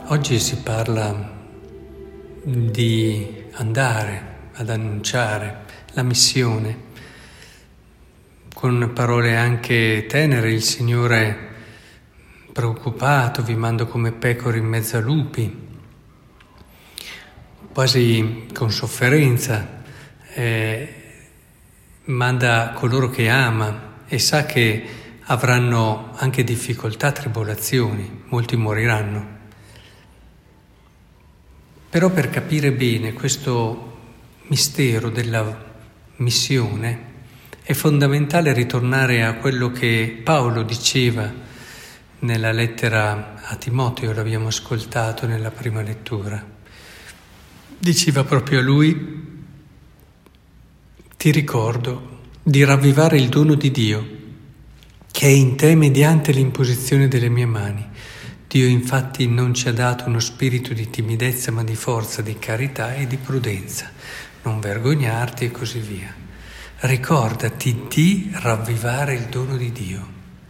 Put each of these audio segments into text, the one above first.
Oggi si parla di andare ad annunciare la missione. Con parole anche tenere, il Signore preoccupato: vi mando come pecore in mezzo a lupi, quasi con sofferenza, manda coloro che ama e sa che avranno anche difficoltà, tribolazioni, molti moriranno. Però per capire bene questo mistero della missione è fondamentale ritornare a quello che Paolo diceva nella lettera a Timoteo, l'abbiamo ascoltato nella prima lettura. Diceva proprio a lui: ti ricordo di ravvivare il dono di Dio che è in te mediante l'imposizione delle mie mani. Dio infatti non ci ha dato uno spirito di timidezza, ma di forza, di carità e di prudenza. Non vergognarti e così via. Ricordati di ravvivare il dono di Dio.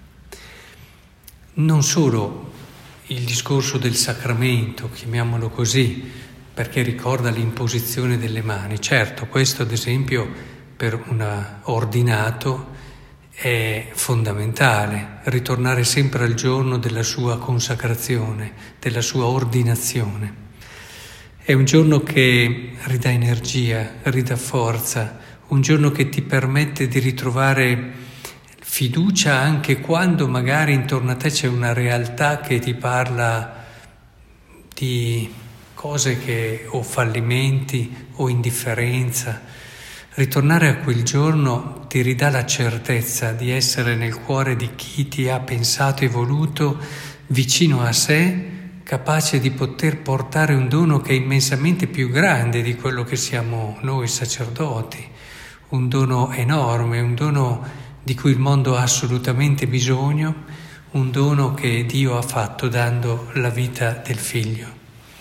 Non solo il discorso del sacramento, chiamiamolo così, perché ricorda l'imposizione delle mani. Certo, questo ad esempio per un ordinato è fondamentale, ritornare sempre al giorno della sua consacrazione, della sua ordinazione. È un giorno che ridà energia, ridà forza, un giorno che ti permette di ritrovare fiducia anche quando magari intorno a te c'è una realtà che ti parla di cose o fallimenti o indifferenza. Ritornare a quel giorno ti ridà la certezza di essere nel cuore di chi ti ha pensato e voluto, vicino a sé, capace di poter portare un dono che è immensamente più grande di quello che siamo noi sacerdoti, un dono enorme, un dono di cui il mondo ha assolutamente bisogno, un dono che Dio ha fatto dando la vita del Figlio.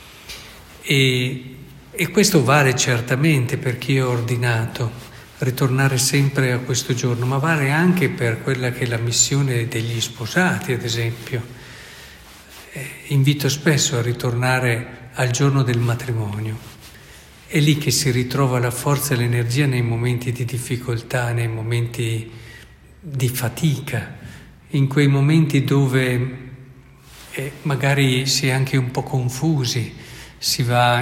E questo vale certamente per chi è ordinato, ritornare sempre a questo giorno, ma vale anche per quella che è la missione degli sposati, ad esempio. Invito spesso a ritornare al giorno del matrimonio. È lì che si ritrova la forza e l'energia nei momenti di difficoltà, nei momenti di fatica, in quei momenti dove magari si è anche un po' confusi, si va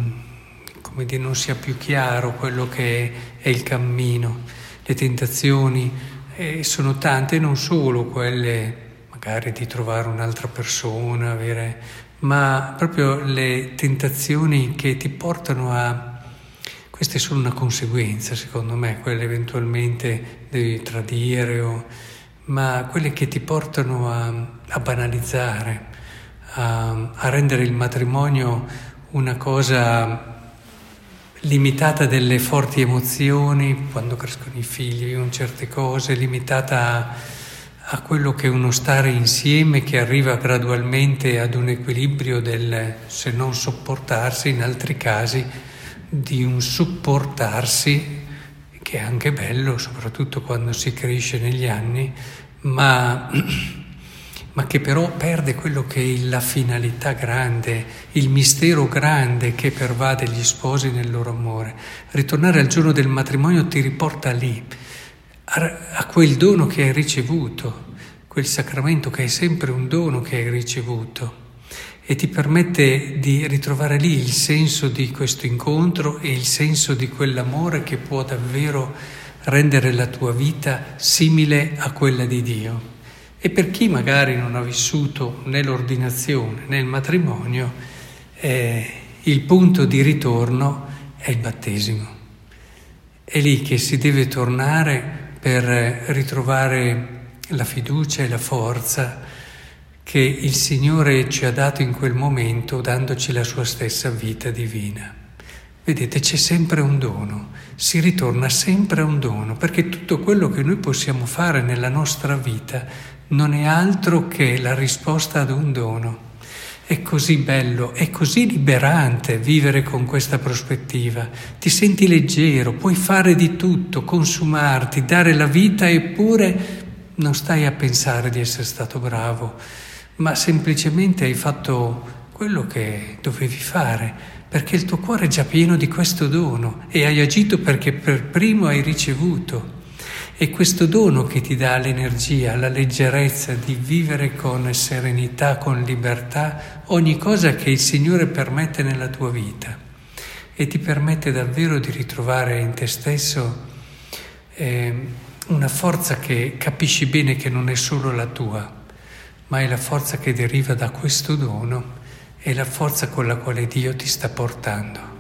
non sia più chiaro quello che è il cammino. Le tentazioni sono tante, non solo quelle magari di trovare un'altra persona, ma proprio le tentazioni che ti portano questa è solo una conseguenza, secondo me, quelle eventualmente devi tradire, ma quelle che ti portano a banalizzare, a rendere il matrimonio una cosa limitata delle forti emozioni, quando crescono i figli, vivono certe cose, limitata a quello che è uno stare insieme che arriva gradualmente ad un equilibrio se non sopportarsi, in altri casi di un supportarsi, che è anche bello, soprattutto quando si cresce negli anni, ma che però perde quello che è la finalità grande, il mistero grande che pervade gli sposi nel loro amore. Ritornare al giorno del matrimonio ti riporta lì, a quel dono che hai ricevuto, quel sacramento che è sempre un dono che hai ricevuto, e ti permette di ritrovare lì il senso di questo incontro e il senso di quell'amore che può davvero rendere la tua vita simile a quella di Dio. E per chi magari non ha vissuto né l'ordinazione né il matrimonio, il punto di ritorno è il battesimo. È lì che si deve tornare per ritrovare la fiducia e la forza che il Signore ci ha dato in quel momento, dandoci la sua stessa vita divina. Vedete, c'è sempre un dono, si ritorna sempre a un dono, perché tutto quello che noi possiamo fare nella nostra vita non è altro che la risposta ad un dono. È così bello, è così liberante vivere con questa prospettiva. Ti senti leggero, puoi fare di tutto, consumarti, dare la vita, eppure non stai a pensare di essere stato bravo, ma semplicemente hai fatto quello che dovevi fare, perché il tuo cuore è già pieno di questo dono e hai agito perché per primo hai ricevuto. E questo dono che ti dà l'energia, la leggerezza di vivere con serenità, con libertà, ogni cosa che il Signore permette nella tua vita e ti permette davvero di ritrovare in te stesso una forza che capisci bene che non è solo la tua, ma è la forza che deriva da questo dono, è la forza con la quale Dio ti sta portando.